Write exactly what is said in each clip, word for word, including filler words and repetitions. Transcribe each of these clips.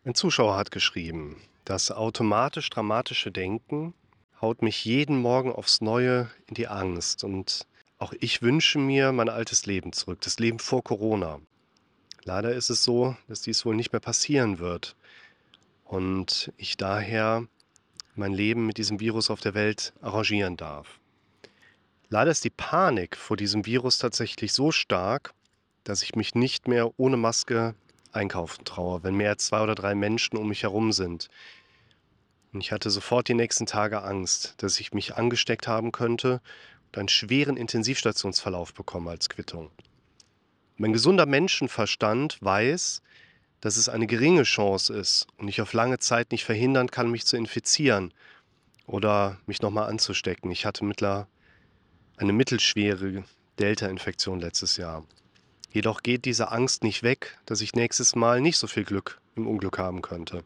Ein Zuschauer hat geschrieben: „Das automatisch dramatische Denken haut mich jeden Morgen aufs Neue in die Angst und auch ich wünsche mir mein altes Leben zurück, das Leben vor Corona. Leider ist es so, dass dies wohl nicht mehr passieren wird und ich daher mein Leben mit diesem Virus auf der Welt arrangieren darf. Leider ist die Panik vor diesem Virus tatsächlich so stark, dass ich mich nicht mehr ohne Maske einkaufen traue, wenn mehr als zwei oder drei Menschen um mich herum sind. Und ich hatte sofort die nächsten Tage Angst, dass ich mich angesteckt haben könnte und einen schweren Intensivstationsverlauf bekomme als Quittung. Mein gesunder Menschenverstand weiß, dass es eine geringe Chance ist und ich auf lange Zeit nicht verhindern kann, mich zu infizieren oder mich noch mal anzustecken. Ich hatte mittler eine mittelschwere Delta-Infektion letztes Jahr. Jedoch geht diese Angst nicht weg, dass ich nächstes Mal nicht so viel Glück im Unglück haben könnte.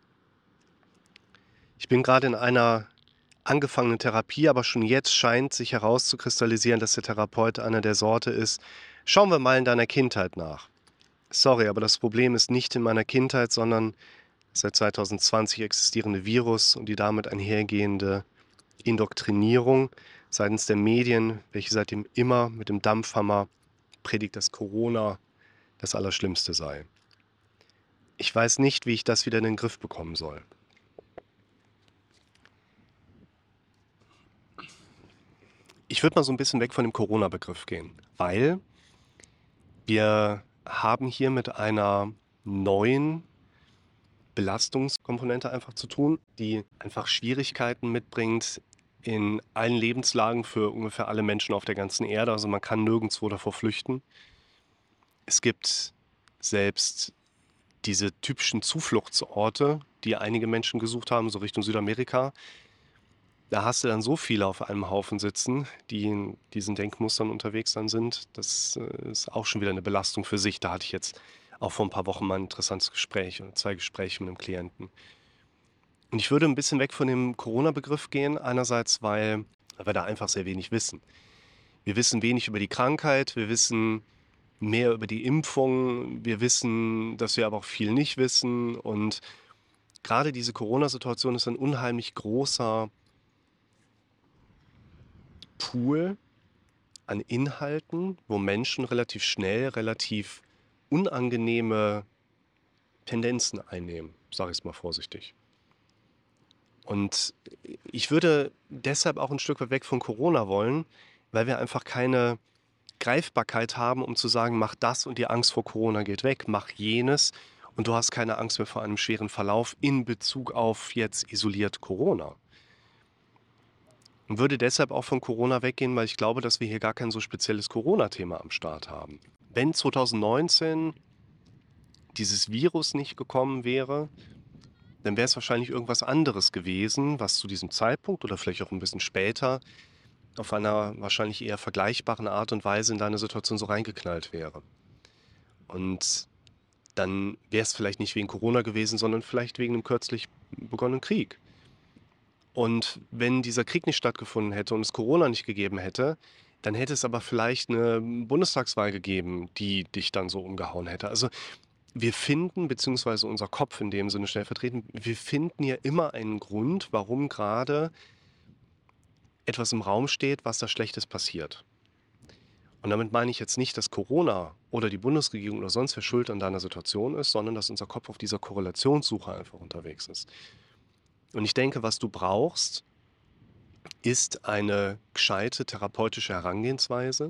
Ich bin gerade in einer angefangenen Therapie, aber schon jetzt scheint sich herauszukristallisieren, dass der Therapeut einer der Sorte ist: „Schauen wir mal in deiner Kindheit nach.“ Sorry, aber das Problem ist nicht in meiner Kindheit, sondern das seit zweitausendzwanzig existierende Virus und die damit einhergehende Indoktrinierung seitens der Medien, welche seitdem immer mit dem Dampfhammer predigt, dass Corona das Allerschlimmste sei. Ich weiß nicht, wie ich das wieder in den Griff bekommen soll. Ich würde mal so 'n bisschen weg von dem Corona-Begriff gehen, weil wir haben hier mit einer neuen Belastungskomponente einfach zu tun, die einfach Schwierigkeiten mitbringt in allen Lebenslagen für ungefähr alle Menschen auf der ganzen Erde. Also, man kann nirgendswo davor flüchten. Es gibt selbst diese typischen Zufluchtsorte, die einige Menschen gesucht haben, so Richtung Südamerika. Da hast du dann so viele auf einem Haufen sitzen, die in diesen Denkmustern unterwegs dann sind. Das, äh, ist auch schon wieder 'ne Belastung für sich. Da hatte ich jetzt auch vor 'n paar Wochen mal 'n interessantes Gespräch oder zwei Gespräche mit 'nem Klienten. Und ich würde 'n bisschen weg von dem Corona-Begriff gehen, einerseits, weil wir da einfach sehr wenig wissen. Wir wissen wenig über die Krankheit, wir wissen mehr über die Impfung, wir wissen, dass wir aber auch viel nicht wissen und grade diese Corona-Situation ist ein unheimlich großer Pool an Inhalten, wo Menschen relativ schnell relativ unangenehme Tendenzen einnehmen, sage ich's mal vorsichtig. Und ich würde deshalb auch 'n Stück weit weg von Corona wollen, weil wir einfach keine Greifbarkeit haben, um zu sagen: „Mach das und die Angst vor Corona geht weg. Mach jenes und du hast keine Angst mehr vor einem schweren Verlauf in Bezug auf jetzt isoliert Corona.“ Und würde deshalb auch von Corona weggehen, weil ich glaube, dass wir hier gar kein so spezielles Corona-Thema am Start haben. Wenn zweitausendneunzehn dieses Virus nicht gekommen wäre, dann wäre es wahrscheinlich irgendwas anderes gewesen, was zu diesem Zeitpunkt oder vielleicht auch 'n bisschen später auf einer wahrscheinlich eher vergleichbaren Art und Weise in deine Situation so reingeknallt wäre. Und dann wäre es vielleicht nicht wegen Corona gewesen, sondern vielleicht wegen 'nem kürzlich begonnenen Krieg. Und wenn dieser Krieg nicht stattgefunden hätte und es Corona nicht gegeben hätte, dann hätte es aber vielleicht 'ne Bundestagswahl gegeben, die dich dann so umgehauen hätte. Also, wir finden beziehungsweise unser Kopf in dem Sinne stellvertretend wir finden ja immer einen Grund, warum grade etwas im Raum steht, was da Schlechtes passiert. Und damit meine ich jetzt nicht, dass Corona oder die Bundesregierung oder sonst wer schuld an deiner Situation ist, sondern dass unser Kopf auf dieser Korrelationssuche einfach unterwegs ist. Und ich denke, was du brauchst ist eine gescheite therapeutische Herangehensweise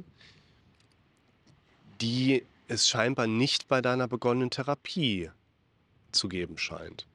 die es scheinbar nicht bei deiner begonnenen Therapie zu geben scheint.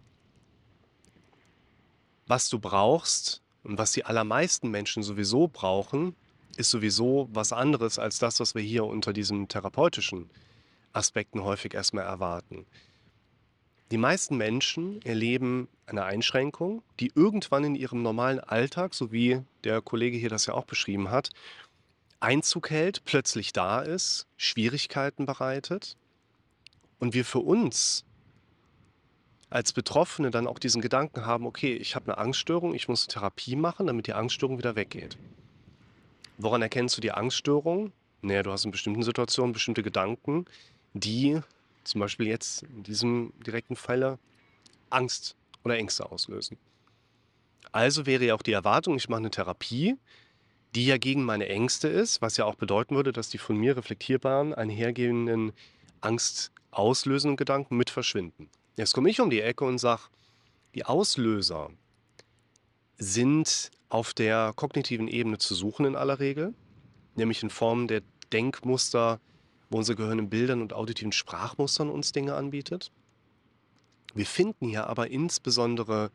Was du brauchst und was die allermeisten Menschen sowieso brauchen, ist sowieso was anderes als das, was wir hier unter diesen therapeutischen Aspekten häufig erst mal erwarten. Die meisten Menschen erleben eine Einschränkung, die irgendwann in ihrem normalen Alltag, so wie der Kollege hier das ja auch beschrieben hat, Einzug hält, plötzlich da ist, Schwierigkeiten bereitet und wir für uns als Betroffene dann auch diesen Gedanken haben: „Okay, ich habe 'ne Angststörung, ich muss Therapie machen, damit die Angststörung wieder weggeht.“ Woran erkennst du die Angststörung? Na ja, du hast in bestimmten Situationen bestimmte Gedanken, die zum Beispiel jetzt in diesem direkten Falle Angst oder Ängste auslösen. Also wäre ja auch die Erwartung, ich mache eine Therapie, die ja gegen meine Ängste ist, was ja auch bedeuten würde, dass die von mir reflektierbaren, einhergehenden angstauslösenden Gedanken mit verschwinden. Jetzt komme ich um die Ecke und sage, die Auslöser sind auf der kognitiven Ebene zu suchen in aller Regel, nämlich in Form der Denkmuster, wo unser Gehirn in Bildern und auditiven Sprachmustern uns Dinge anbietet. Wir finden hier aber insbesondere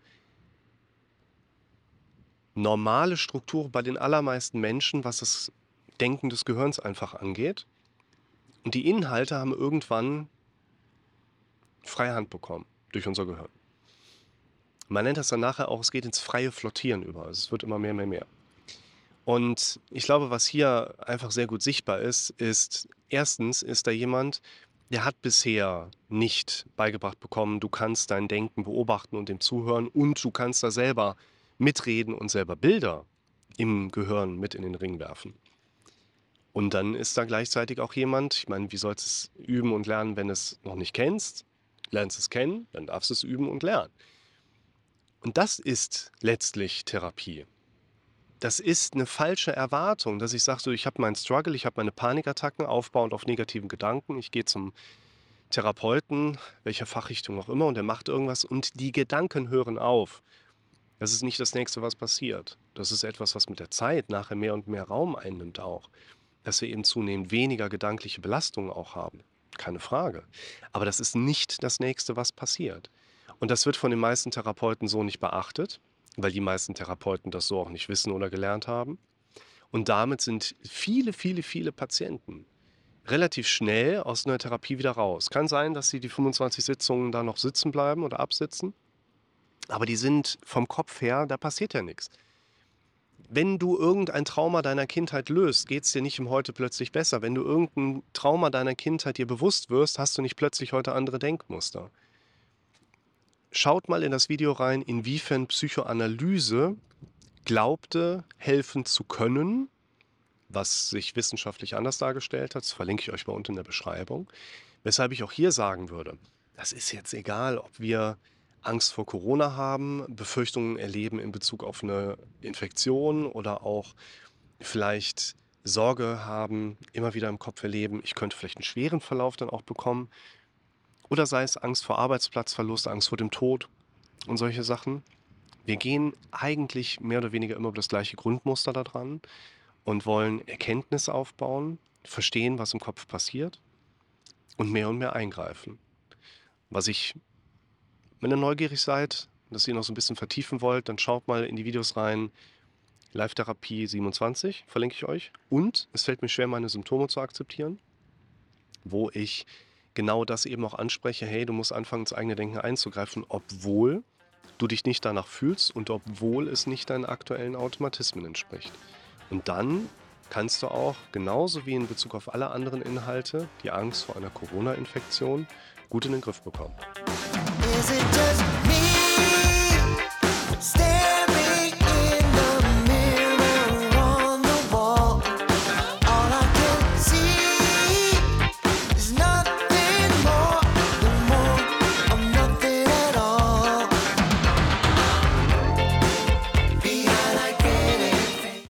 normale Struktur bei den allermeisten Menschen, was das Denken des Gehirns einfach angeht. Und die Inhalte haben irgendwann freie Hand bekommen durch unser Gehirn. Man nennt das dann nachher auch, es geht ins freie Flottieren über. Also es wird immer mehr, mehr, mehr. Und ich glaube, was hier einfach sehr gut sichtbar ist, ist, erstens ist da jemand, der hat bisher nicht beigebracht bekommen, du kannst dein Denken beobachten und dem zuhören und du kannst da selber mitreden und selber Bilder im Gehirn mit in den Ring werfen. Und dann ist da gleichzeitig auch jemand, ich meine, wie sollst du es üben und lernen, wenn du es noch nicht kennst? Lernst es kennen, dann darfst du es üben und lernen. Und das ist letztlich Therapie. Das ist eine falsche Erwartung, dass ich sage, so, ich habe meinen Struggle, ich habe meine Panikattacken aufbauend auf negativen Gedanken, ich gehe zum Therapeuten, welcher Fachrichtung auch immer, und der macht irgendwas und die Gedanken hören auf. Das ist nicht das Nächste, was passiert. Das ist etwas, was mit der Zeit nachher mehr und mehr Raum einnimmt auch. Dass wir eben zunehmend weniger gedankliche Belastungen auch haben. Keine Frage. Aber das ist nicht das Nächste, was passiert. Und das wird von den meisten Therapeuten so nicht beachtet, weil die meisten Therapeuten das so auch nicht wissen oder gelernt haben. Und damit sind viele, viele, viele Patienten relativ schnell aus einer Therapie wieder raus. Kann sein, dass sie die fünfundzwanzig Sitzungen da noch sitzen bleiben oder absitzen. Aber die sind vom Kopf her, da passiert ja nichts. Wenn du irgendein Trauma deiner Kindheit löst, geht es dir nicht im Heute plötzlich besser. Wenn du irgendein Trauma deiner Kindheit dir bewusst wirst, hast du nicht plötzlich heute andere Denkmuster. Schaut mal in das Video rein, inwiefern Psychoanalyse glaubte, helfen zu können, was sich wissenschaftlich anders dargestellt hat. Das verlinke ich euch mal unten in der Beschreibung. Weshalb ich auch hier sagen würde, das ist jetzt egal, ob wir Angst vor Corona haben, Befürchtungen erleben in Bezug auf eine Infektion oder auch vielleicht Sorge haben, immer wieder im Kopf erleben, ich könnte vielleicht einen schweren Verlauf dann auch bekommen. Oder sei es Angst vor Arbeitsplatzverlust, Angst vor dem Tod und solche Sachen. Wir gehen eigentlich mehr oder weniger immer über das gleiche Grundmuster da dran und wollen Erkenntnis aufbauen, verstehen, was im Kopf passiert und mehr und mehr eingreifen. Was ich, wenn ihr neugierig seid, dass ihr noch so ein bisschen vertiefen wollt, dann schaut mal in die Videos rein. Live-Therapie siebenundzwanzig verlinke ich euch. Und es fällt mir schwer, meine Symptome zu akzeptieren, wo ich genau das eben auch anspreche, hey, du musst anfangen, ins eigene Denken einzugreifen, obwohl du dich nicht danach fühlst und obwohl es nicht deinen aktuellen Automatismen entspricht. Und dann kannst du auch, genauso wie in Bezug auf alle anderen Inhalte, die Angst vor einer Corona-Infektion gut in den Griff bekommen. Is it just me?